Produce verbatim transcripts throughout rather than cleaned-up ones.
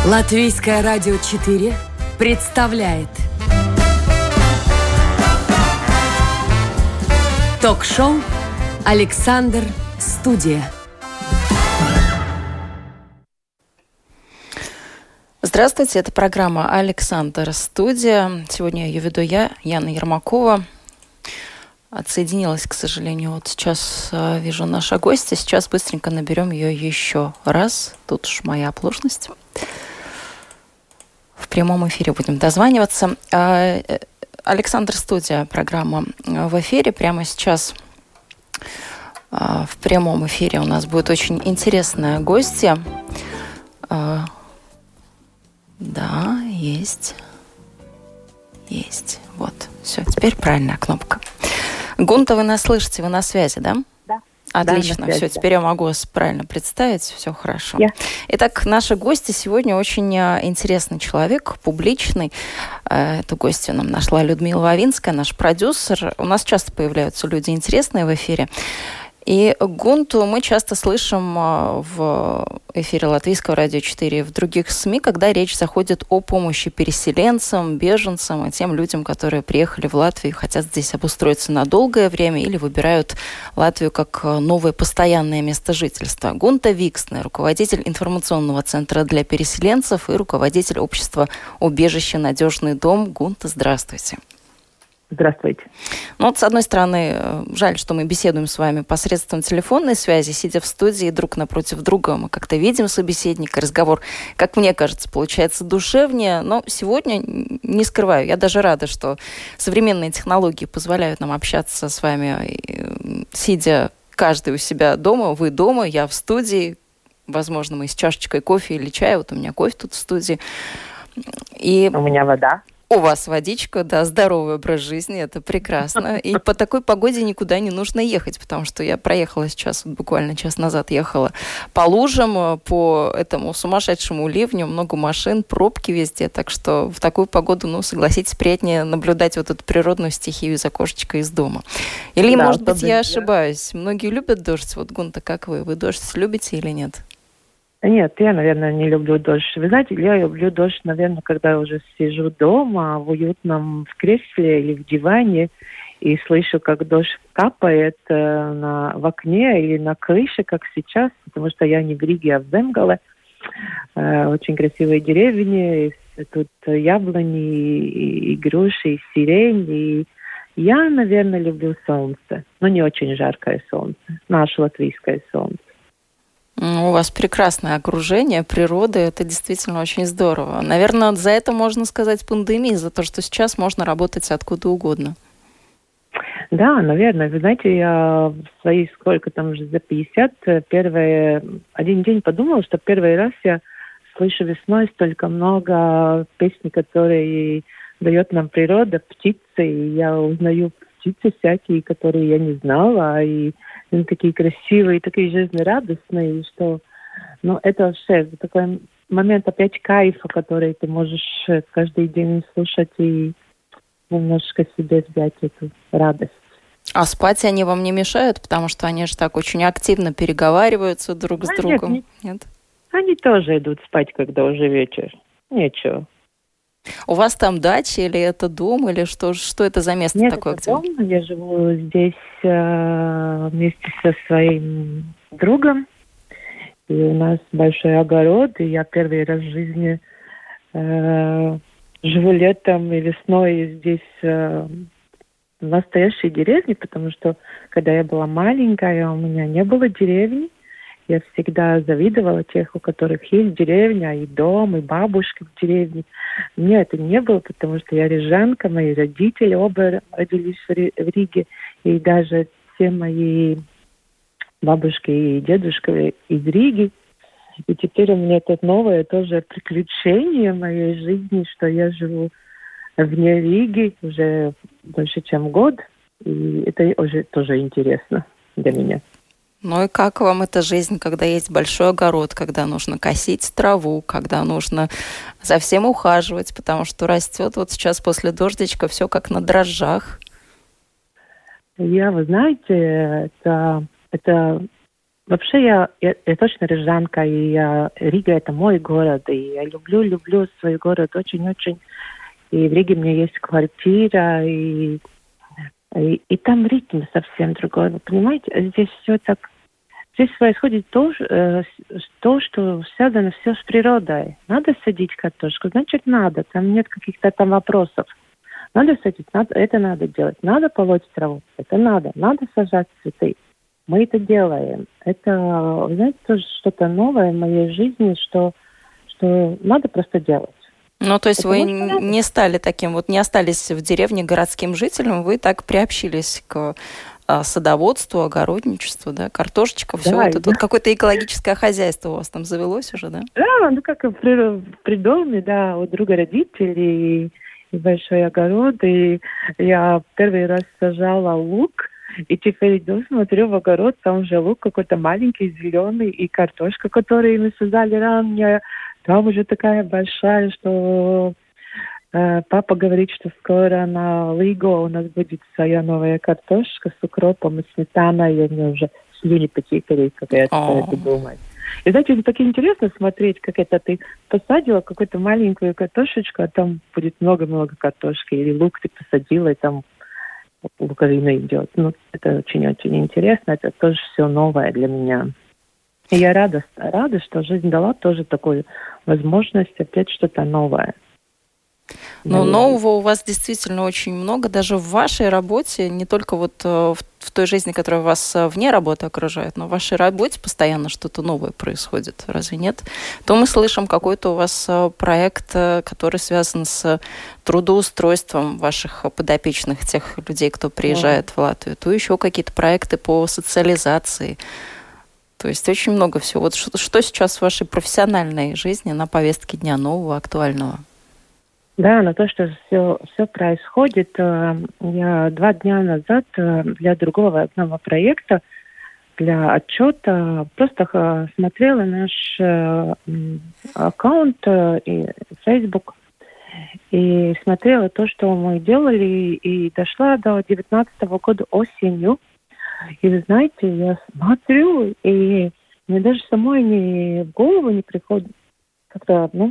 Латвийское радио четыре представляет ток-шоу «Александр Студия». Здравствуйте, это программа «Александр Студия». Сегодня ее веду я, Яна Ермакова. Отсоединилась, к сожалению. Вот сейчас э, вижу наша гостья. Сейчас быстренько наберем ее еще раз. Тут уж моя оплошность. В прямом эфире будем дозваниваться. Э, э, «Александр Студия» программа в эфире. Прямо сейчас э, в прямом эфире у нас будет очень интересная гостья. Э, да, есть. Есть. Вот. Все, теперь правильная кнопка. Гунта, вы нас слышите? Вы на связи, да? Да. Отлично. Да, все, теперь я могу вас правильно представить. Все хорошо. Я. Итак, наши гости сегодня очень интересный человек, публичный. Эту гостью нам нашла Людмила Вавинская, наш продюсер. У нас часто появляются люди интересные в эфире. И Гунту мы часто слышим в эфире Латвийского радио четыре и в других СМИ, когда речь заходит о помощи переселенцам, беженцам и тем людям, которые приехали в Латвию и хотят здесь обустроиться на долгое время или выбирают Латвию как новое постоянное место жительства. Гунта Викснер, руководитель информационного центра для переселенцев и руководитель общества «Убежище. Надежный дом». Гунта, здравствуйте. Здравствуйте. Ну вот, с одной стороны, жаль, что мы беседуем с вами посредством телефонной связи, сидя в студии друг напротив друга. Мы как-то видим собеседника, разговор, как мне кажется, получается душевнее. Но сегодня, не скрываю, я даже рада, что современные технологии позволяют нам общаться с вами, сидя каждый у себя дома. Вы дома, я в студии. Возможно, мы с чашечкой кофе или чая. Вот у меня кофе тут в студии. И... У меня вода. У вас водичка, да, здоровый образ жизни, это прекрасно. И по такой погоде никуда не нужно ехать, потому что я проехала сейчас, вот буквально час назад ехала по лужам, по этому сумасшедшему ливню, много машин, пробки везде, так что в такую погоду, ну, согласитесь, приятнее наблюдать вот эту природную стихию из окошечка из дома. Или, да, может быть, я ошибаюсь, многие любят дождь, вот, Гунта, как вы, вы дождь любите или нет? Нет, я, наверное, не люблю дождь. Вы знаете, я люблю дождь, наверное, когда я уже сижу дома, в уютном в кресле или в диване, и слышу, как дождь капает э, на, в окне или на крыше, как сейчас, потому что я не в Риге, а в Земгале. Э, очень красивые деревни, и тут яблони, и, и груши, и сирень. И я, наверное, люблю солнце, но не очень жаркое солнце, наше латвийское солнце. У вас прекрасное окружение, природа, это действительно очень здорово. Наверное, за это можно сказать пандемии, за то, что сейчас можно работать откуда угодно. Да, наверное. Вы знаете, я в свои сколько там уже за пятьдесят, первый, один день подумала, что первый раз я слышу весной столько много песен, которые дает нам природа, птицы, и я узнаю птицы всякие, которые я не знала, и они такие красивые, такие жизнерадостные, что, ну, это вообще такой момент опять кайфа, который ты можешь каждый день слушать и немножко себе взять эту радость. А спать они вам не мешают, потому что они же так очень активно переговариваются друг с а другом? Нет, нет? Они тоже идут спать, когда уже вечер. Ничего. У вас там дача или это дом, или что, что это за место Нет, такое? Нет, это дом. Я живу здесь э, вместе со своим другом. И у нас большой огород. И я первый раз в жизни э, живу летом и весной здесь э, в настоящей деревне, потому что, когда я была маленькая, у меня не было деревни. Я всегда завидовала тех, у которых есть деревня, и дом, и бабушка в деревне. Мне это не было, потому что я рижанка, мои родители оба родились в Риге, и даже все мои бабушки и дедушка из Риги. И теперь у меня это новое тоже приключение в моей жизни, что я живу вне Риги уже больше, чем год, и это уже тоже интересно для меня. Ну и как вам эта жизнь, когда есть большой огород, когда нужно косить траву, когда нужно за всем ухаживать, потому что растет вот сейчас после дождичка все как на дрожжах? Я, вы знаете, это, это вообще я, я, я точно рижанка, и я, Рига это мой город, и я люблю, люблю свой город очень-очень. И в Риге у меня есть квартира, и, и, и там ритм совсем другой. Вы понимаете, здесь все так... Здесь происходит то, э, то, что связано все с природой. Надо садить картошку, значит надо. Там нет каких-то там вопросов. Надо садить, надо, это надо делать. Надо полоть траву, это надо. Надо сажать цветы. Мы это делаем. Это, вы знаете, тоже что-то новое в моей жизни, что, что надо просто делать. Ну, то есть это вы не стали таким, вот не остались в деревне городским жителем, вы так приобщились к садоводству, огородничеству, да, картошечка, все да, вот это. да. Вот какое-то экологическое хозяйство у вас там завелось уже, да? Да, ну как в, в придоме, да, у друга родителей, и большой огород, и я первый раз сажала лук, и теперь иду, смотрю в огород, там уже лук какой-то маленький, зеленый, и картошка, которую мы сажали ранее, там уже такая большая, что э, папа говорит, что скоро на Лиго у нас будет своя новая картошка с укропом и сметаной, и мне уже слюни потекли, как я это думаю. И знаете, это так интересно смотреть, как это ты посадила какую-то маленькую картошечку, а там будет много-много картошки, или лук ты посадила, и там луковина идет. Ну, это очень-очень интересно, это тоже все новое для меня. И я рада, рада, что жизнь дала тоже такую возможность опять что-то новое. Но нового у вас действительно очень много, даже в вашей работе, не только вот в, в той жизни, которая вас вне работы окружает, но в вашей работе постоянно что-то новое происходит, разве нет? То мы слышим какой-то у вас проект, который связан с трудоустройством ваших подопечных, тех людей, кто приезжает да. в Латвию, то еще какие-то проекты по социализации. То есть очень много всего. Вот что, что сейчас в вашей профессиональной жизни на повестке дня нового, актуального? Да, но то, что все, все происходит, я два дня назад для другого одного проекта, для отчета, просто смотрела наш аккаунт и Facebook, и смотрела то, что мы делали, и дошла до девятнадцатого года осенью. И вы знаете, я смотрю, и мне даже самой не в голову не приходит, как-то, ну,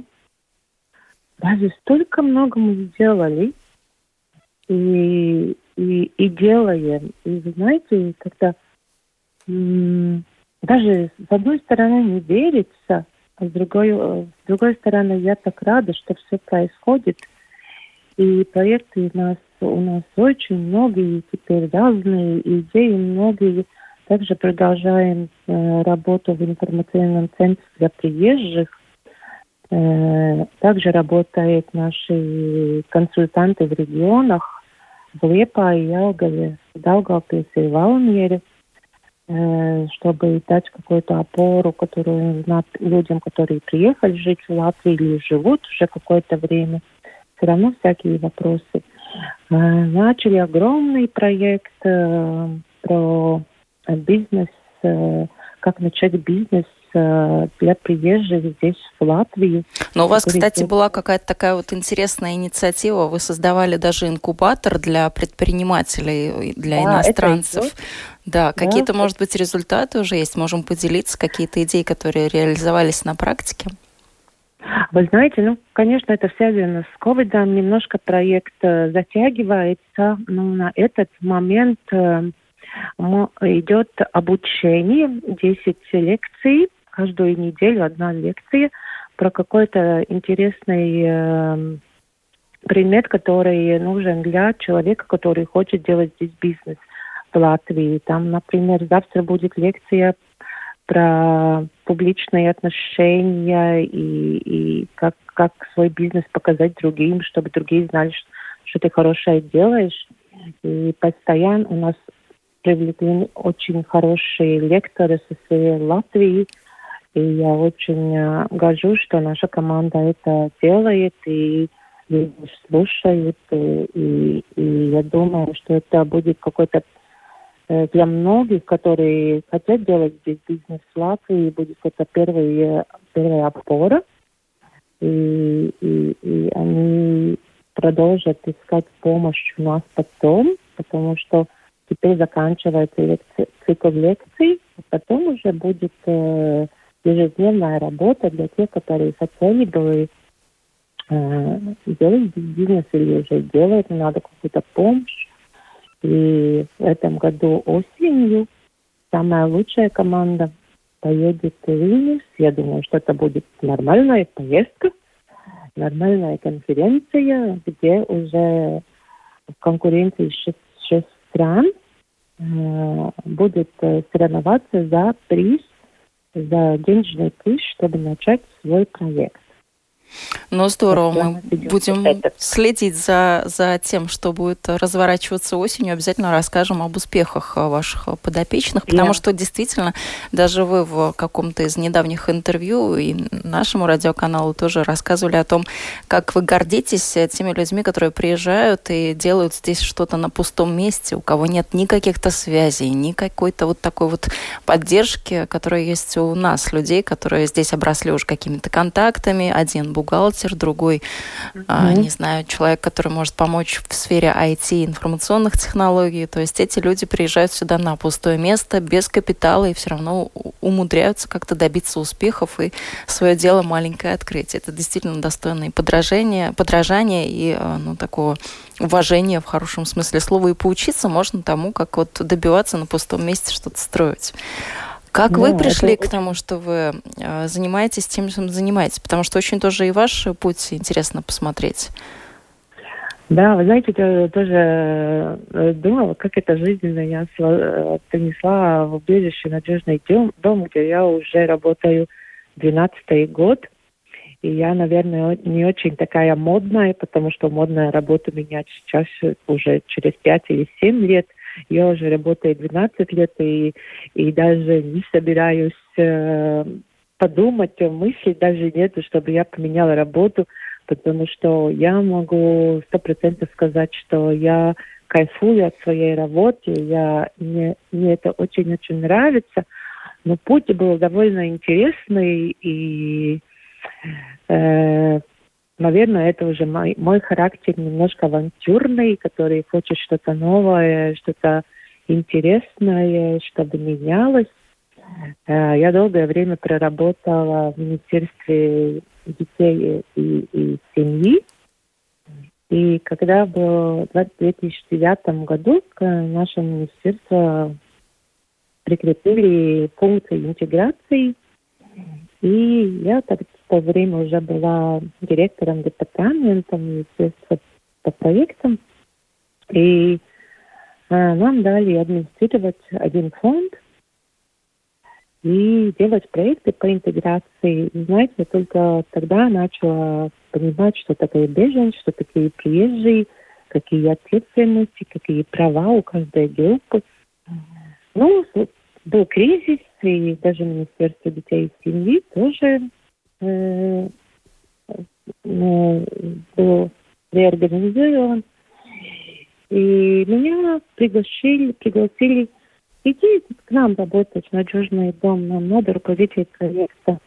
даже столько много мы сделали и, и, и делаем. И вы знаете, как-то м- даже с одной стороны не верится, а с другой, с другой стороны я так рада, что все происходит. И проекты у нас, у нас очень многие теперь разные, идеи многие. Также продолжаем э, работу в информационном центре для приезжих. Также работают наши консультанты в регионах, в Liepāji, Jelgavе, Daugavpilsē и Valmieре, чтобы дать какую-то опору, которую людям, которые приехали жить в Латвию или живут уже какое-то время, все равно всякие вопросы. Начали огромный проект про бизнес, как начать бизнес для приезжих здесь, в Латвии. Но у вас, кстати, была какая-то такая вот интересная инициатива. Вы создавали даже инкубатор для предпринимателей, для да, иностранцев. Да, да, какие-то, может быть, результаты уже есть? Можем поделиться, какие-то идеи, которые реализовались на практике? Вы знаете, ну, конечно, это связано с ковидом. Немножко проект затягивается, но на этот момент идет обучение, десять лекций, каждую неделю одна лекция про какой-то интересный э, предмет, который нужен для человека, который хочет делать здесь бизнес в Латвии. Там, например, завтра будет лекция про публичные отношения и, и как, как свой бизнес показать другим, чтобы другие знали, что, что ты хорошее делаешь. И постоянно у нас привлекли очень хорошие лекторы со всей Латвии. И я очень э, горжусь, что наша команда это делает и, и слушает. И, и, и я думаю, что это будет какой-то э, для многих, которые хотят делать здесь бизнес в Латвии, будет это первая, первая опора. И, и, и они продолжат искать помощь у нас потом, потому что теперь заканчивается лекци- цикл лекций, а потом уже будет э, ежедневная работа для тех, которые хотели бы э, делать бизнес или уже делают, надо какую-то помощь. И в этом году осенью самая лучшая команда поедет в Вильнюс. Я думаю, что это будет нормальная поездка, нормальная конференция, где уже в конкуренции шесть, шесть стран э, будут э, соревноваться за приз, за денежный приз, чтобы начать свой проект. Ну, здорово. Мы будем следить за, за тем, что будет разворачиваться осенью. Обязательно расскажем об успехах ваших подопечных, потому yeah. что действительно, даже вы в каком-то из недавних интервью и нашему радиоканалу тоже рассказывали о том, как вы гордитесь теми людьми, которые приезжают и делают здесь что-то на пустом месте, у кого нет ни каких-то связей, ни какой-то вот такой вот поддержки, которая есть у нас, людей, которые здесь обросли уже какими-то контактами, один бухгалтер, другой, mm-hmm. а, не знаю, человек, который может помочь в сфере ай ти, информационных технологий. То есть эти люди приезжают сюда на пустое место, без капитала, и все равно умудряются как-то добиться успехов и свое дело маленькое открыть. Это действительно достойное подражание, подражание и ну, такого уважения в хорошем смысле слова. И поучиться можно тому, как вот добиваться на пустом месте что-то строить. Как ну, вы пришли это... к тому, что вы э, занимаетесь тем, чем занимаетесь? Потому что очень тоже и ваш путь интересно посмотреть. Да, вы знаете, я тоже думала, как это жизненно я принесла в убежище «Надежный дом», где я уже работаю двенадцатый год. И я, наверное, не очень такая модная, потому что модная работа менять сейчас уже через пять или семь лет. Я уже работаю двенадцать лет и, и даже не собираюсь э, подумать, мысли даже нету, чтобы я поменяла работу, потому что я могу сто процентов сказать, что я кайфую от своей работы, я, мне, мне это очень-очень нравится, но путь был довольно интересный и э, наверное, это уже мой, мой характер немножко авантюрный, который хочет что-то новое, что-то интересное, чтобы менялось. Я долгое время проработала в Министерстве детей и, и семьи. И когда в две тысячи девятом году к нашему министерству прикрепили функции интеграции, и я так в то время уже была директором департамента министерства по проектам. И э, нам дали администрировать один фонд и делать проекты по интеграции. И, знаете, я только тогда начала понимать, что такое беженцы, что такие приезжие, какие ответственности, какие права у каждой группы. Ну, был кризис, и даже Министерство детей и семьи тоже э, э, был реорганизован. И меня пригласили, пригласили идти к нам работать в «Надежный дом», нам надо руководить проекта.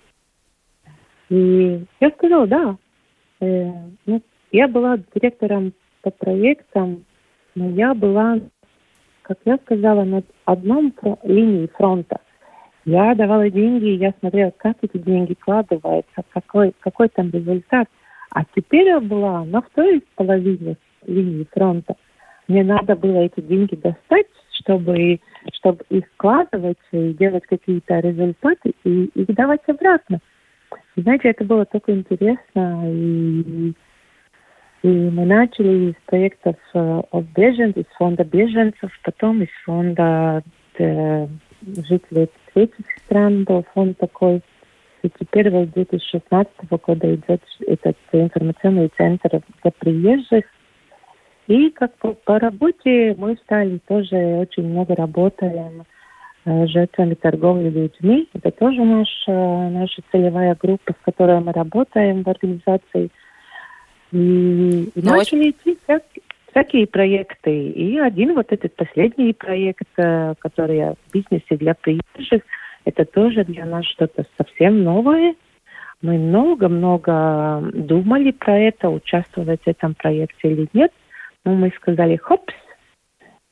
И я сказала, да. Э, ну, я была директором по проектам, но я была, как я сказала, на одном фро- линии фронта. Я давала деньги, я смотрела, как эти деньги вкладываются, какой, какой там результат. А теперь я была на второй половине линии фронта. Мне надо было эти деньги достать, чтобы, чтобы их вкладывать и делать какие-то результаты и их давать обратно. И, знаете, это было только интересно. И, и мы начали с проектов of беженцев, из фонда беженцев, потом из фонда э, жителей третьих стран был фонд такой. И теперь вот с две тысячи шестнадцатого года идет этот информационный центр для приезжих. И как по, по работе мы стали тоже очень много работаем с жертвами торговли людьми. Это тоже наша, наша целевая группа, с которой мы работаем в организации. И, и начали идти всякие, всякие проекты. И один вот этот последний проект, который я в бизнесе для приезжих, это тоже для нас что-то совсем новое. Мы много-много думали про это, участвовать в этом проекте или нет. Но мы сказали, хопс,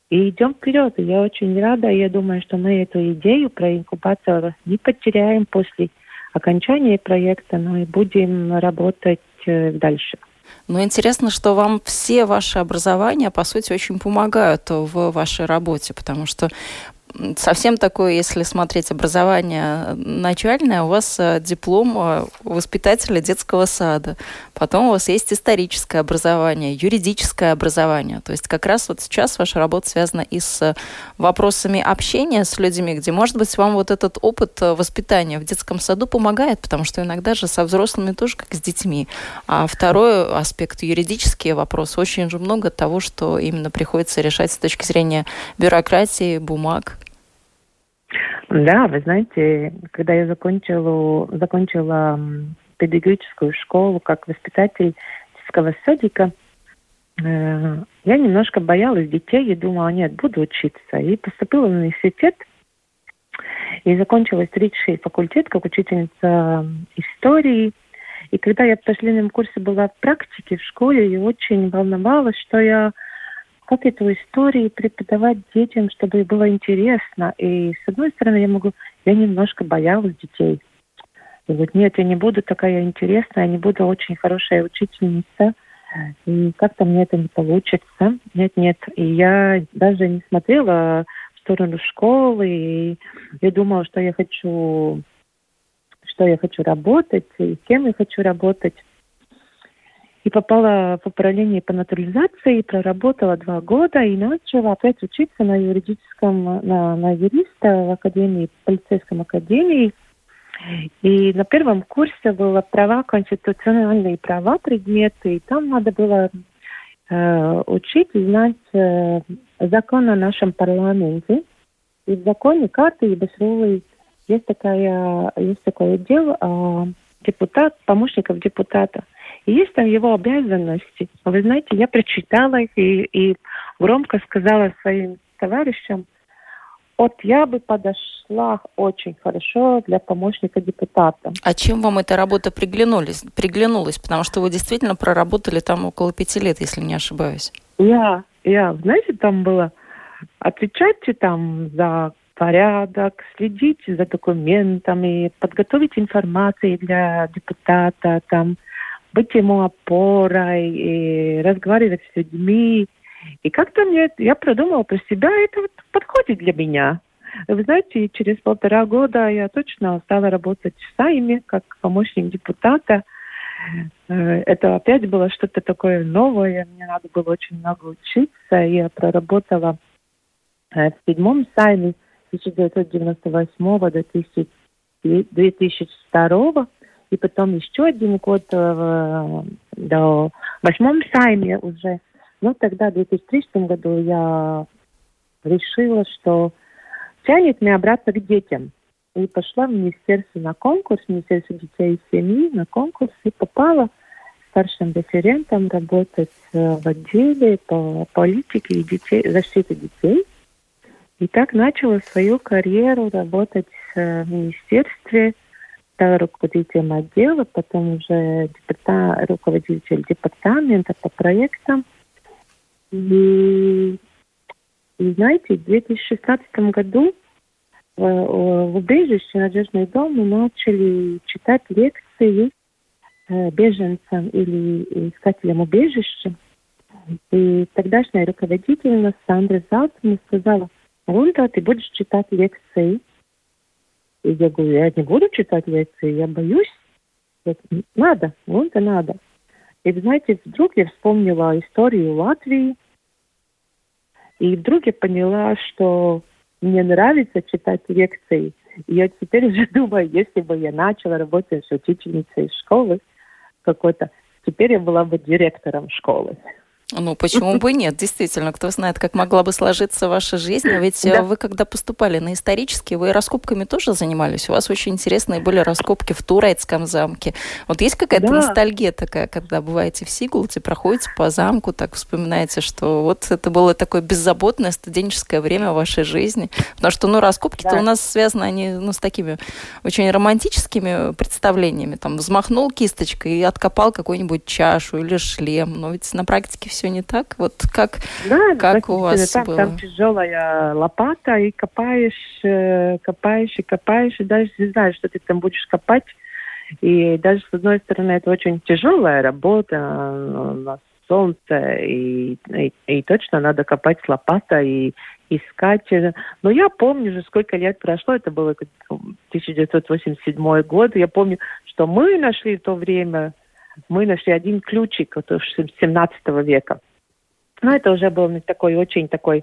и идем вперед. И я очень рада, и я думаю, что мы эту идею про инкубацию не потеряем после окончания проекта, но и будем работать дальше. Ну, интересно, что вам все ваши образования, по сути, очень помогают в вашей работе, потому что совсем такое, если смотреть образование начальное, у вас диплом воспитателя детского сада, потом у вас есть историческое образование, юридическое образование. То есть как раз вот сейчас ваша работа связана и с вопросами общения с людьми, где, может быть, вам вот этот опыт воспитания в детском саду помогает, потому что иногда же со взрослыми тоже как с детьми. А второй аспект, юридические вопросы, очень же много того, что именно приходится решать с точки зрения бюрократии, бумаг. Да, вы знаете, когда я закончила, закончила педагогическую школу как воспитатель детского садика, э, я немножко боялась детей и думала, нет, буду учиться. И поступила в университет и закончила исторический факультет как учительница истории. И когда я в последнем курсе была в практике в школе, я очень волновалась, что я как эту историю преподавать детям, чтобы было интересно. И с одной стороны, я могу, я немножко боялась детей. И вот нет, я не буду такая интересная, я не буду очень хорошая учительница. И как-то мне это не получится. Нет, нет. И я даже не смотрела в сторону школы. И я думала, что я хочу, что я хочу работать, и с кем я хочу работать. И попала в управление по натурализации, проработала два года и начала опять учиться на юридическом, на, на юриста в академии, в полицейском академии. И на первом курсе было права, конституциональные права, предметы, и там надо было э, учить и знать э, закон о нашем парламенте. И в законе карты и Басровой есть, такая, есть такое дело э, депутат, помощников депутата. И есть там его обязанности. Вы знаете, я прочитала их и, и громко сказала своим товарищам, вот я бы подошла очень хорошо для помощника депутата. А чем вам эта работа приглянулась? приглянулась? Потому что вы действительно проработали там около пяти лет, если не ошибаюсь. Я, я, знаете, там было отвечать там за порядок, следить за документами, подготовить информацию для депутата, там, быть ему опорой, и разговаривать с людьми. И как-то мне, я продумала про себя, это вот подходит для меня. Вы знаете, через полтора года я точно стала работать в Сайме как помощник депутата. Это опять было что-то такое новое, мне надо было очень много учиться. Я проработала в седьмом Сайме с тысяча девятьсот девяносто восьмого до две тысячи второго. И потом еще один год э, до восьмом Сайме уже. Ну, тогда в две тысячи тринадцатом году я решила, что тянет меня обратно к детям. И пошла в министерство на конкурс, в Министерство детей и семьи на конкурс, и попала старшим референтом работать в отделе по политике и детей, защите детей. И так начала свою карьеру работать в министерстве, стала руководителем отдела, потом уже департа, руководитель департамента по проектам. И, и знаете, в две тысячи шестнадцатом году в, в убежище «Надежный дом» мы начали читать лекции э, беженцам или искателям убежища. И тогдашняя руководительница Сандра Залтман сказала: «Лунда, ты будешь читать лекции». И я говорю: я не буду читать лекции, я боюсь. Я говорю: надо, Лунда, надо. И, знаете, вдруг я вспомнила историю Латвии, и вдруг я поняла, что мне нравится читать лекции. И я теперь уже думаю, если бы я начала работать с учительницей школы какой-то, теперь я была бы директором школы. Ну, почему бы нет? Действительно, кто знает, как могла бы сложиться ваша жизнь. А ведь да. Вы, когда поступали на исторические, вы раскопками тоже занимались. У вас очень интересные были раскопки в Турецком замке. Вот есть какая-то да. ностальгия такая, когда бываете в Сигулте, проходите по замку, так вспоминаете, что вот это было такое беззаботное студенческое время в вашей жизни. Потому что, ну, раскопки-то да. у нас связаны, они, ну, с такими очень романтическими представлениями. Там, взмахнул кисточкой и откопал какую-нибудь чашу или шлем. Но ведь на практике все все не так? Вот как, да, как у вас там, было? Там тяжелая лопата, и копаешь, копаешь и копаешь, и даже не знаешь, что ты там будешь копать. И даже, с одной стороны, это очень тяжелая работа на солнце, и, и, и точно надо копать с лопатой и искать. Но я помню же, сколько лет прошло, это было тысяча девятьсот восемьдесят седьмой год, я помню, что мы нашли в то время, мы нашли один ключик от семнадцатого века. Но это уже был такой, очень такой,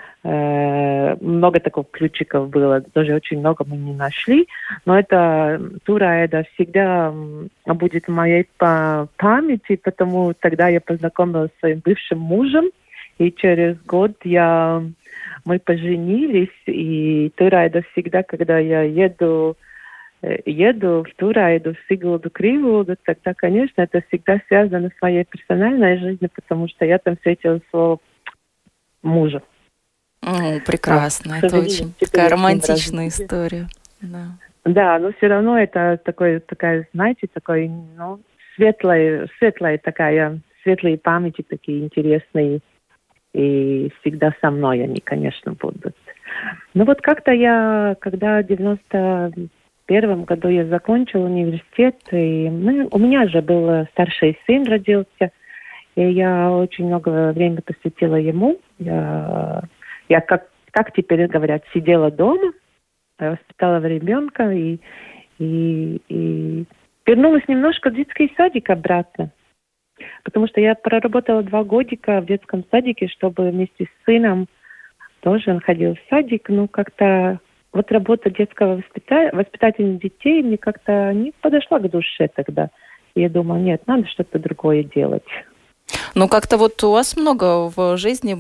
э, много таких ключиков было, тоже очень много мы не нашли, но это Тураеда всегда будет в моей памяти, потому тогда я познакомилась с своим бывшим мужем, и через год я, мы поженились, и Тураеда всегда, когда я еду, еду в Турайду, в Сигулду, Кривулду, тогда, конечно, это всегда связано с моей персональной жизнью, потому что я там встретила своего мужа. О, прекрасно. А, это очень такая романтичная история. Да. Да, но все равно это такой, такая, знаете, такой, ну, светлая, светлая такая, светлые памяти такие интересные, и всегда со мной они, конечно, будут. Ну вот как-то я, когда в девяносто первом году я закончила университет, и мы, у меня же был старший сын родился, и я очень много времени посвятила ему. Я, я как, как теперь говорят, сидела дома, воспитала ребенка и, и, и вернулась немножко в детский садик обратно. Потому что я проработала два годика в детском садике, чтобы вместе с сыном тоже он ходил в садик, но как-то вот работа детского воспита... воспитателя детей мне как-то не подошла к душе тогда. И я думала, нет, надо что-то другое делать. Ну, как-то вот у вас много в жизни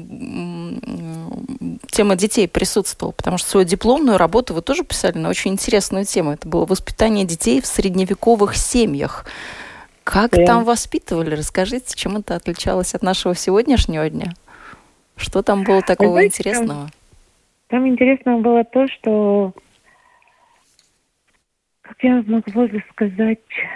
тема детей присутствовала, потому что свою дипломную работу вы тоже писали на очень интересную тему. Это было воспитание детей в средневековых семьях. Как yeah. там воспитывали? Расскажите, чем это отличалось от нашего сегодняшнего дня? Что там было такого знаете, интересного? Там, там интересно было то, что, как я могу сказать,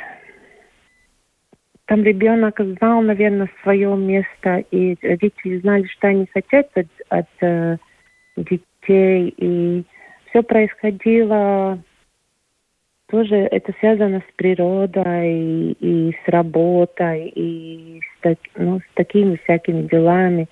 там ребенок знал, наверное, свое место, и родители знали, что они хотят от, от э, детей, и все происходило, тоже это связано с природой, и, и с работой, и с, ну, с такими всякими делами.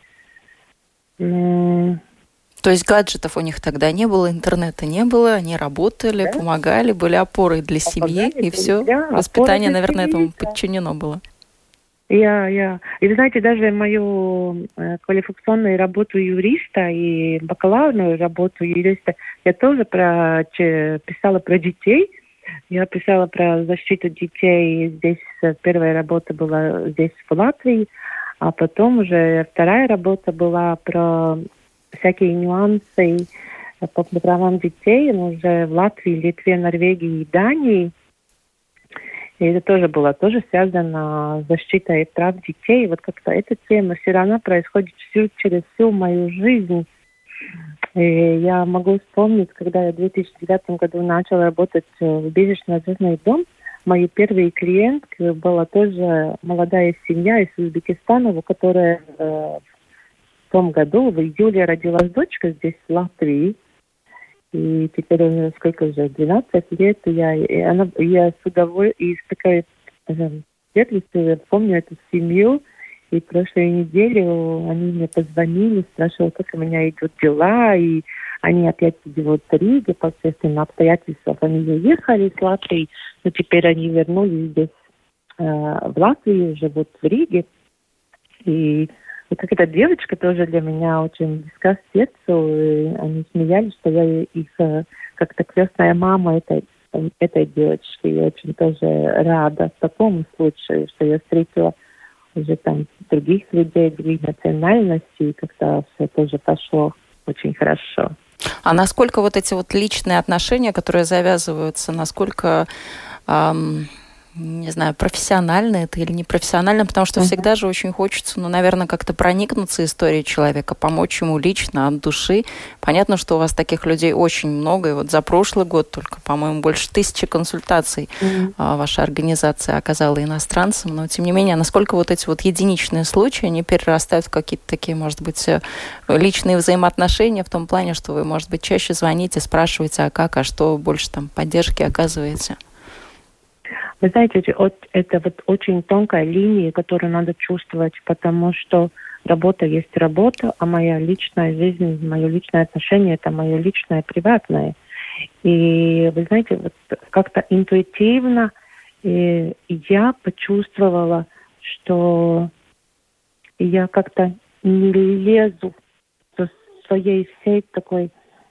Но... То есть гаджетов у них тогда не было, интернета не было, они работали, да? помогали, были опорой для семьи, помогали, и все. Да, воспитание, наверное, семьи, этому да. подчинено было. Я, я. И вы знаете, даже мою э, квалификационную работу юриста и бакалаврную работу юриста я тоже про, че, писала про детей. Я писала про защиту детей. Здесь первая работа была здесь, в Латвии, а потом уже вторая работа была про всякие нюансы по правам детей, но уже в Латвии, Литве, Норвегии и Дании. И это тоже было тоже связано с защитой прав детей. Вот как-то эта тема все равно происходит всю, через всю мою жизнь. И я могу вспомнить, когда я в две тысячи девятом году начала работать в убежищно-надзорный дом, моей первой клиенткой была тоже молодая семья из Узбекистана, которая э, в том году, в июле, родилась дочка здесь, в Латвии. И теперь уже сколько уже, двенадцать лет, и я, и она, я с удовольствием, и с такой светлостью я помню эту семью. И в прошлой неделе они мне позвонили, спрашивали, как у меня идут дела, и они опять живут в Риге, по следственным обстоятельствам они уехали из Латвии, но теперь они вернулись здесь, э, в Латвии, живут в Риге. И И как эта девочка тоже для меня очень близка к сердцу. И они смеялись, что я их как-то крестная мама этой, этой девочки. И очень тоже рада в таком случае, что я встретила уже там других людей, других национальностей. И как-то все тоже пошло очень хорошо. А насколько вот эти вот личные отношения, которые завязываются, насколько... Эм... не знаю, профессионально это или непрофессионально, потому что uh-huh. всегда же очень хочется, ну, наверное, как-то проникнуться историей человека, помочь ему лично, от души. Понятно, что у вас таких людей очень много, и вот за прошлый год только, по-моему, больше тысячи консультаций uh-huh. ваша организация оказала иностранцам, но, тем не менее, насколько вот эти вот единичные случаи, они перерастают в какие-то такие, может быть, личные взаимоотношения в том плане, что вы, может быть, чаще звоните, спрашиваете, а как, а что, больше там поддержки оказываете? Вы знаете, это вот очень тонкая линия, которую надо чувствовать, потому что работа есть работа, а моя личная жизнь, мое личное отношение – это мое личное, приватное. И вы знаете, вот как-то интуитивно и я почувствовала, что я как-то не лезу со своей всей такой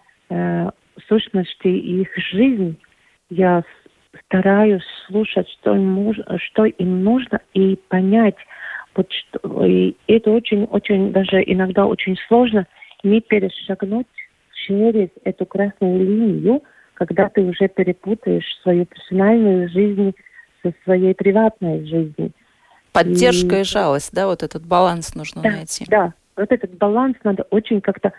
э, сущности и их жизнь. Я стараюсь слушать, что им, что им нужно, и понять. Вот что, и это очень-очень, даже иногда очень сложно не перешагнуть через эту красную линию, когда ты уже перепутаешь свою профессиональную жизнь со своей приватной жизнью. Поддержка и, и жалость, да, вот этот баланс нужно да, найти. Да, вот этот баланс надо очень как-то...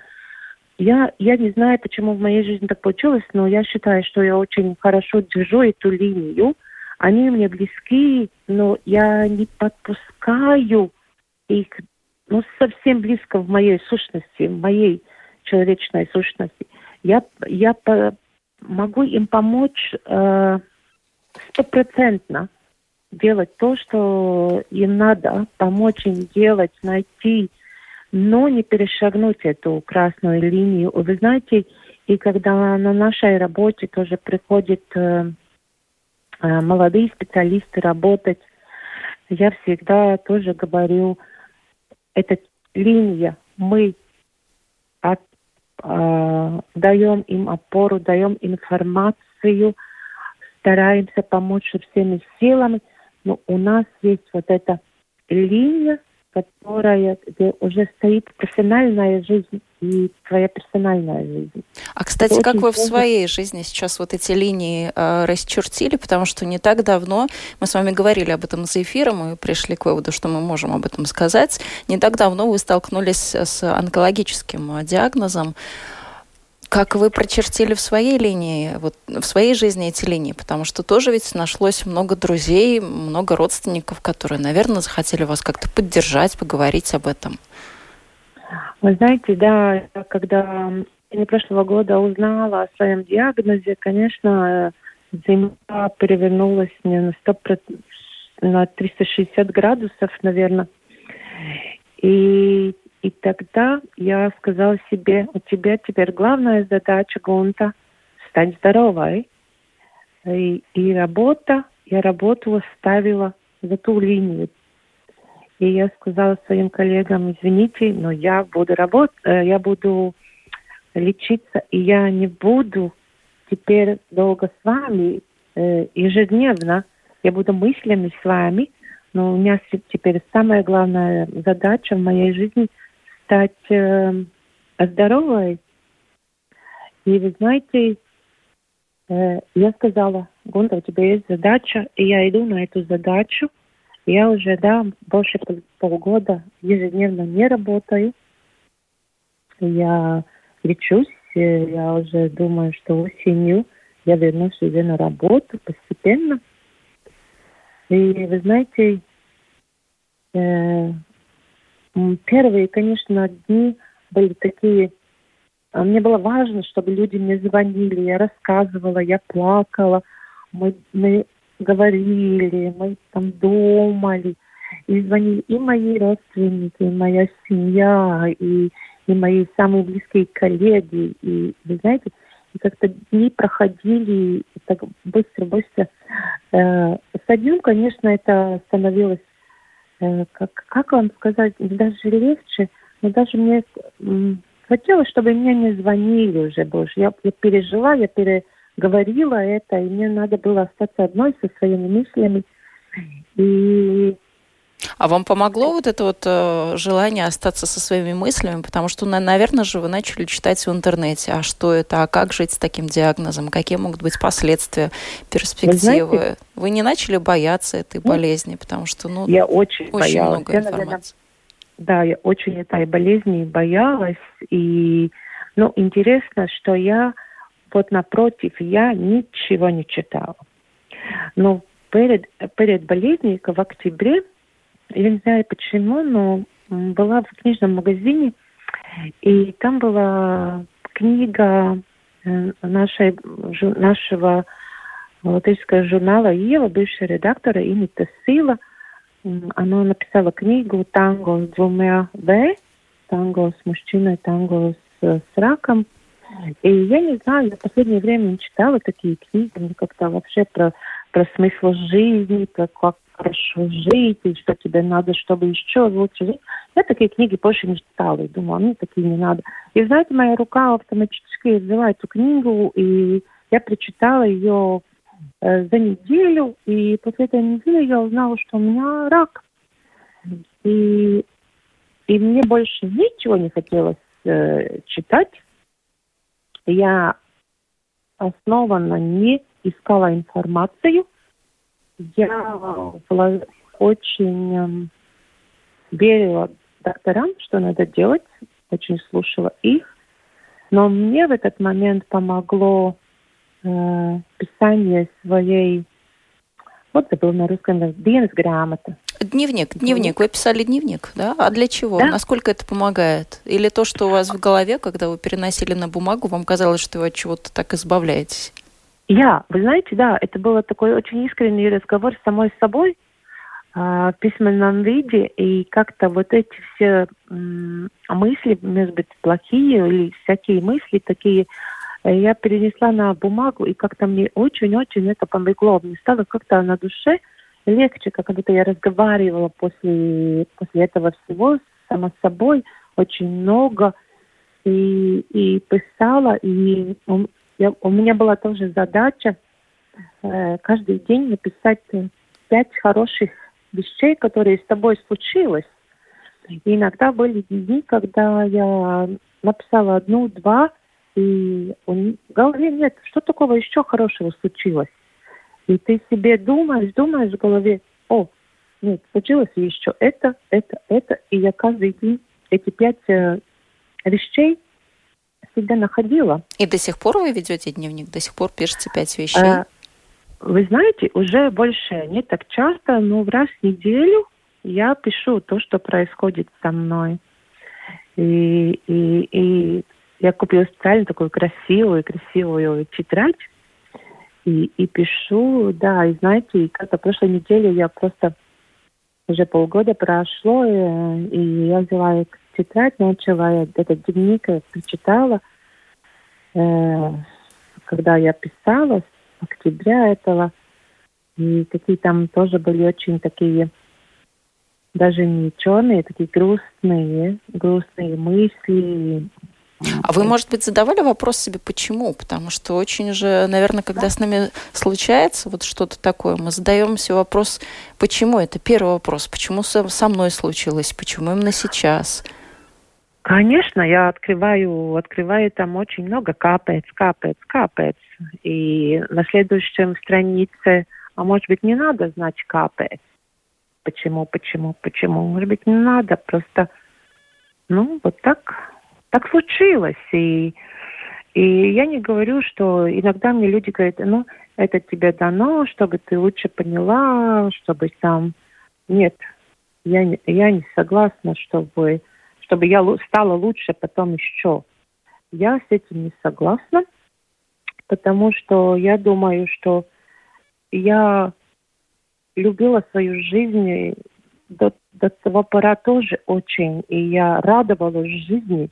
Я, я не знаю, почему в моей жизни так получилось, но я считаю, что я очень хорошо держу эту линию. Они мне близки, но я не подпускаю их, ну, совсем близко в моей сущности, в моей человечной сущности. Я, я по, могу им помочь э, стопроцентно делать то, что им надо, помочь им делать, найти, но не перешагнуть эту красную линию. Вы знаете, и когда на нашей работе тоже приходят э, э, молодые специалисты работать, я всегда тоже говорю, эта линия, мы от, э, даем им опору, даем информацию, стараемся помочь всеми силами, но у нас есть вот эта линия, которая, где уже стоит профессиональная жизнь и твоя персональная жизнь. А, кстати, это как вы в своей жизни сейчас вот эти линии э, расчертили? Потому что не так давно, мы с вами говорили об этом за эфиром и пришли к выводу, что мы можем об этом сказать. Не так давно вы столкнулись с онкологическим диагнозом. Как вы прочертили в своей линии, вот в своей жизни эти линии? Потому что тоже ведь нашлось много друзей, много родственников, которые, наверное, захотели вас как-то поддержать, поговорить об этом. Вы знаете, да, когда в течение прошлого года узнала о своем диагнозе, конечно, земля перевернулась мне на сто процентов, на триста шестьдесят градусов, наверное. И И тогда я сказала себе, у тебя теперь главная задача, Гунта, стать здоровой. И, и работа, я работу ставила за ту линию. И я сказала своим коллегам, извините, но я буду работать, я буду лечиться, и я не буду теперь долго с вами, ежедневно. Я буду мыслями с вами, но у меня теперь самая главная задача в моей жизни – стать э, здоровой. И вы знаете, э, я сказала, Гунта, у тебя есть задача, и я иду на эту задачу. Я уже, да, больше полгода ежедневно не работаю. Я лечусь, я уже думаю, что осенью я вернусь уже на работу постепенно. И вы знаете, э, первые, конечно, дни были такие... Мне было важно, чтобы люди мне звонили. Я рассказывала, я плакала. Мы, мы говорили, мы там думали. И звонили и мои родственники, и моя семья, и, и мои самые близкие коллеги. И, вы знаете, и как-то дни проходили и так быстро-быстро. Э, с одним, конечно, это становилось... Как, как вам сказать, даже легче, но даже мне м, хотелось, чтобы мне не звонили уже больше. Я, я пережила, я переговорила это, и мне надо было остаться одной со своими мыслями. И А вам помогло вот это вот э, желание остаться со своими мыслями? Потому что, наверное же, вы начали читать в интернете. А что это? А как жить с таким диагнозом? Какие могут быть последствия, перспективы? Вы, знаете, вы не начали бояться этой болезни? Потому что, ну, я очень, очень боялась. много информации. Я, наверное, да, я очень этой болезни боялась. И, ну, интересно, что я, вот напротив, я ничего не читала. Но перед, перед болезнью, в октябре, я не знаю почему, но была в книжном магазине, и там была книга нашей, нашего латышского журнала «Ева», бывшего редактора Инита Сила. Она написала книгу «Танго с двумя В», «Танго с мужчиной, танго с, с раком». И я не знаю, я в последнее время не читала такие книги, как-то вообще про, про смысл жизни, про как хорошо жить, и что тебе надо, чтобы еще лучше жить. Я такие книги больше не читала, и думала, мне такие не надо. И, знаете, моя рука автоматически взяла эту книгу, и я прочитала ее э, за неделю, и после этой недели я узнала, что у меня рак. И, и мне больше ничего не хотелось э, читать. Я основанно не искала информацию. Я была очень верила докторам, что надо делать, очень слушала их. Но мне в этот момент помогло э, писание своей, вот забыл на русском, dienas grāmata. Дневник, дневник. Вы писали дневник, да? А для чего? Да. Насколько это помогает? Или то, что у вас в голове, когда вы переносили на бумагу, вам казалось, что вы от чего-то так избавляетесь? Я, вы знаете, да, это был такой очень искренний разговор с самой собой э, в письменном виде, и как-то вот эти все м- мысли, может быть, плохие или всякие мысли такие, э, я перенесла на бумагу, и как-то мне очень-очень это помогло. Мне стало как-то на душе легче, как будто я разговаривала после, после этого всего сама с собой очень много, и, и писала, и я, у меня была тоже задача э, каждый день написать пять хороших вещей, которые с тобой случилось. И иногда были дни, когда я написала одну-два, и в голове нет, что такого еще хорошего случилось. И ты себе думаешь, думаешь в голове, о, нет, случилось еще это, это, это. И я каждый день эти пять э, вещей всегда находила. И до сих пор вы ведете дневник? До сих пор пишете пять вещей? А, вы знаете, уже больше не так часто, но раз в неделю я пишу то, что происходит со мной. И, и, и я купила специально такую красивую, красивую тетрадь. И, и пишу, да, и знаете, как-то прошлой неделе я просто, уже полгода прошло, и, и я взяла тетрадь, начала этот дневник, прочитала, э, когда я писала, с октября этого, и такие там тоже были очень такие, даже не черные, такие грустные, грустные мысли. А вы, может быть, задавали вопрос себе, почему? Потому что очень же, наверное, когда с нами случается вот что-то такое, мы задаем себе вопрос, почему? Это первый вопрос. Почему со мной случилось? Почему именно сейчас? Конечно, я открываю, открываю там очень много капец, капец, капец. И на следующем странице, а может быть, не надо знать капец. Почему, почему, почему? Может быть, не надо, просто, ну, вот так... Так случилось, и, и я не говорю, что иногда мне люди говорят, ну, это тебе дано, чтобы ты лучше поняла, чтобы там... Нет, я не, я не согласна, чтобы, чтобы я стала лучше потом еще. Я с этим не согласна, потому что я думаю, что я любила свою жизнь до, до того пора тоже очень, и я радовалась жизни.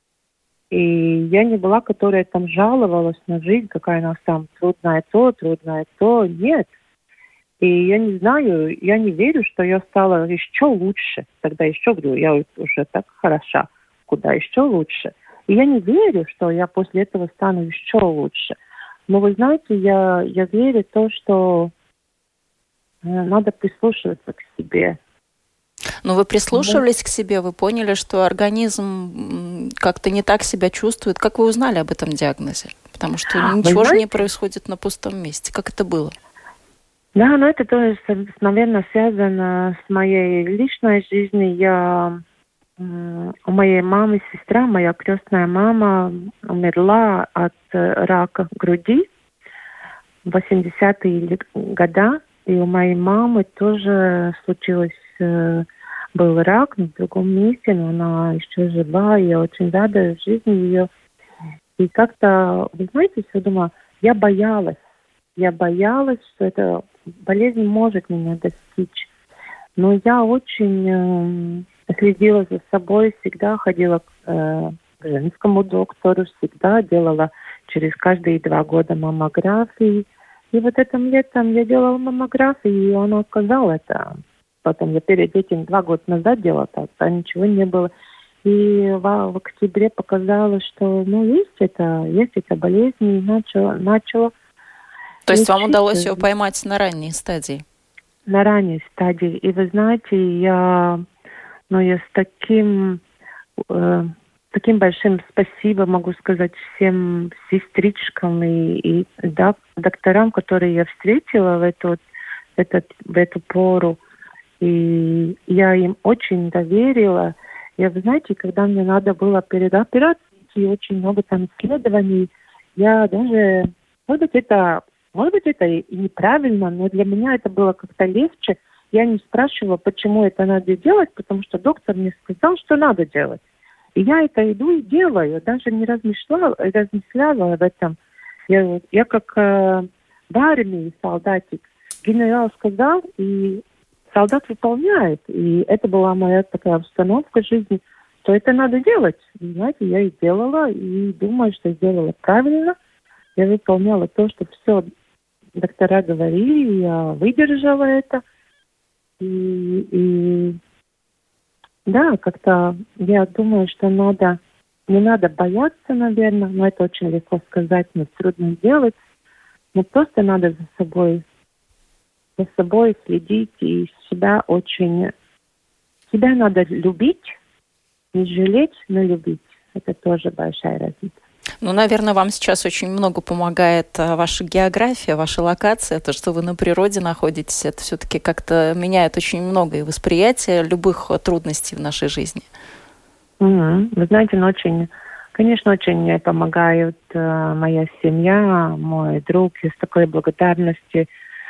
И я не была, которая там жаловалась на жизнь, какая у нас там трудная то, трудная то. Нет. И я не знаю, я не верю, что я стала еще лучше. Тогда еще говорю, я уже так хороша, куда еще лучше. И я не верю, что я после этого стану еще лучше. Но вы знаете, я, я верю в то, что надо прислушиваться к себе. Но вы прислушивались к себе, вы поняли, что организм как-то не так себя чувствует. Как вы узнали об этом диагнозе? Потому что ничего же не происходит на пустом месте. Как это было? Да, но это тоже, наверное, связано с моей личной жизнью. Я, у моей мамы сестра, моя крестная мама, умерла от рака груди в восьмидесятые годы. И у моей мамы тоже случилось, был рак, но в другом месте, но она еще жива, и я очень рада жизни ее. И как-то, вы знаете, я думала, я боялась, я боялась, что эта болезнь может меня достичь. Но я очень э, следила за собой, всегда ходила к, э, к женскому доктору, всегда делала через каждые два года маммографии. И вот этим летом я делала маммографию, и она сказала это. Потом я перед этим два года назад делала, а ничего не было. И в, в октябре показалось, что ну, есть это, есть эта болезнь, и начала, начала То есть вам удалось ее поймать на ранней стадии? На ранней стадии. И вы знаете, я, ну, я с таким, э, таким большим спасибо могу сказать всем сестричкам и, и док, докторам, которые я встретила в эту, этот, в эту пору. И я им очень доверила. И вы знаете, когда мне надо было перед операцией, очень много там исследований, я даже, может быть, это, может быть, это и неправильно, но для меня это было как-то легче. Я не спрашивала, почему это надо делать, потому что доктор мне сказал, что надо делать. И я это иду и делаю, даже не размышляла, размышляла об этом. Я, я как э, в армии солдатик. Генерал сказал, и солдат выполняет. И это была моя такая установка жизни, что это надо делать. И, знаете, я и делала, и думаю, что сделала правильно. Я выполняла то, что все доктора говорили, я выдержала это. И, и да, как-то я думаю, что надо, не надо бояться, наверное, но это очень легко сказать, но трудно делать. Но просто надо за собой за собой следить и себя очень... Себя надо любить, не жалеть, но любить. Это тоже большая разница. Ну, наверное, вам сейчас очень много помогает ваша география, ваша локация, то, что вы на природе находитесь, это все-таки как-то меняет очень много и восприятие любых трудностей в нашей жизни. Mm-hmm. Вы знаете, ну, очень... Конечно, очень мне помогает э, моя семья, мой друг. Я с такой благодарностью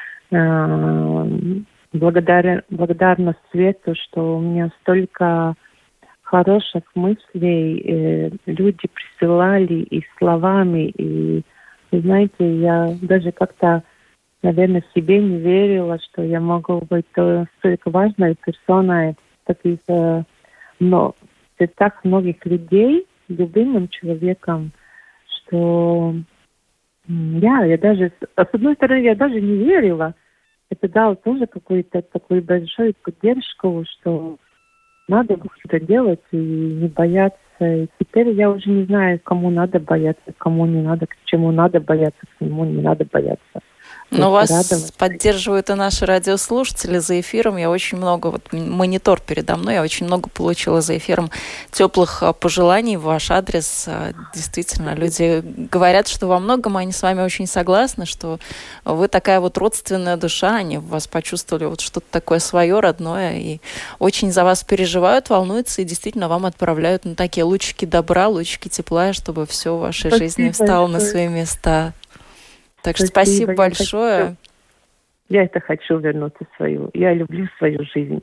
Благодарен, благодарна свету, что у меня столько хороших мыслей э, люди присылали и словами, и, вы знаете, я даже как-то, наверное, себе не верила, что я могу быть столько важной персоной в таких, э, но в сердцах многих людей, любимым человеком, что Я, я даже, с одной стороны, я даже не верила. Это дало тоже какую-то такую большую поддержку, что надо что-то делать и не бояться. И теперь я уже не знаю, кому надо бояться, кому не надо, к чему надо бояться, к чему не надо бояться. Но вас радоваться. Поддерживают и наши радиослушатели за эфиром. Я очень много, вот монитор передо мной, я очень много получила за эфиром теплых пожеланий в ваш адрес. Действительно, люди говорят, что во многом они с вами очень согласны, что вы такая вот родственная душа, они в вас почувствовали вот что-то такое свое, родное, и очень за вас переживают, волнуются, и действительно вам отправляют на такие лучики добра, лучики тепла, чтобы все в вашей Спасибо жизни встало большое. На свои места. Так что спасибо, спасибо большое. Я, хочу, я это хочу вернуться в свою. Я люблю свою жизнь.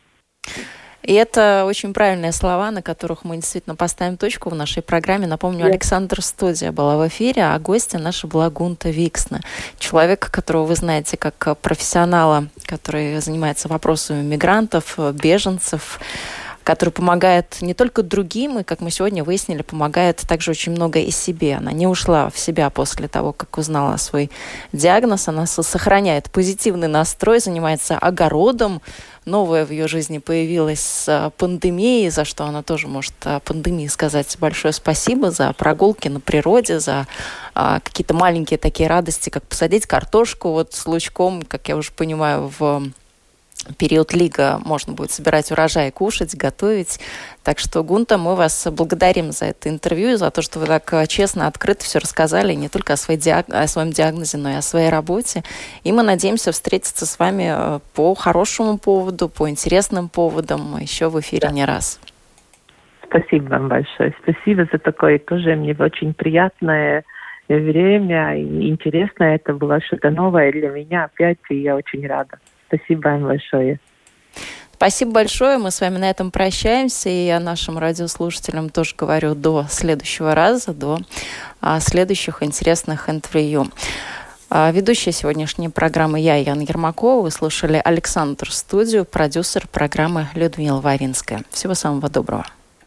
И это очень правильные слова, на которых мы действительно поставим точку в нашей программе. Напомню, yeah. Александр Студия была в эфире, а гостья наша была Гунта Виксна. Человек, которого вы знаете как профессионала, который занимается вопросами мигрантов, беженцев, который помогает не только другим, и, как мы сегодня выяснили, помогает также очень много и себе. Она не ушла в себя после того, как узнала свой диагноз. Она сохраняет позитивный настрой, занимается огородом. Новое в ее жизни появилось с пандемией, за что она тоже может пандемии сказать большое спасибо, за прогулки на природе, за а, какие-то маленькие такие радости, как посадить картошку вот с лучком, как я уже понимаю, в период лига можно будет собирать урожай, кушать, готовить. Так что, Гунта, мы вас благодарим за это интервью, за то, что вы так честно, открыто все рассказали, не только о, своей диаг... о своем диагнозе, но и о своей работе. И мы надеемся встретиться с вами по хорошему поводу, по интересным поводам, еще в эфире да. не раз. Спасибо вам большое. Спасибо за такое тоже мне очень приятное время. Интересно, это было что-то новое для меня опять, и я очень рада. Спасибо вам большое. Спасибо большое. Мы с вами на этом прощаемся. И я нашим радиослушателям тоже говорю до следующего раза, до а, следующих интересных интервью. А, ведущая сегодняшней программы я, Яна Ермакова. Вы слушали Александр Студию, продюсер программы Людмила Вавинская. Всего самого доброго.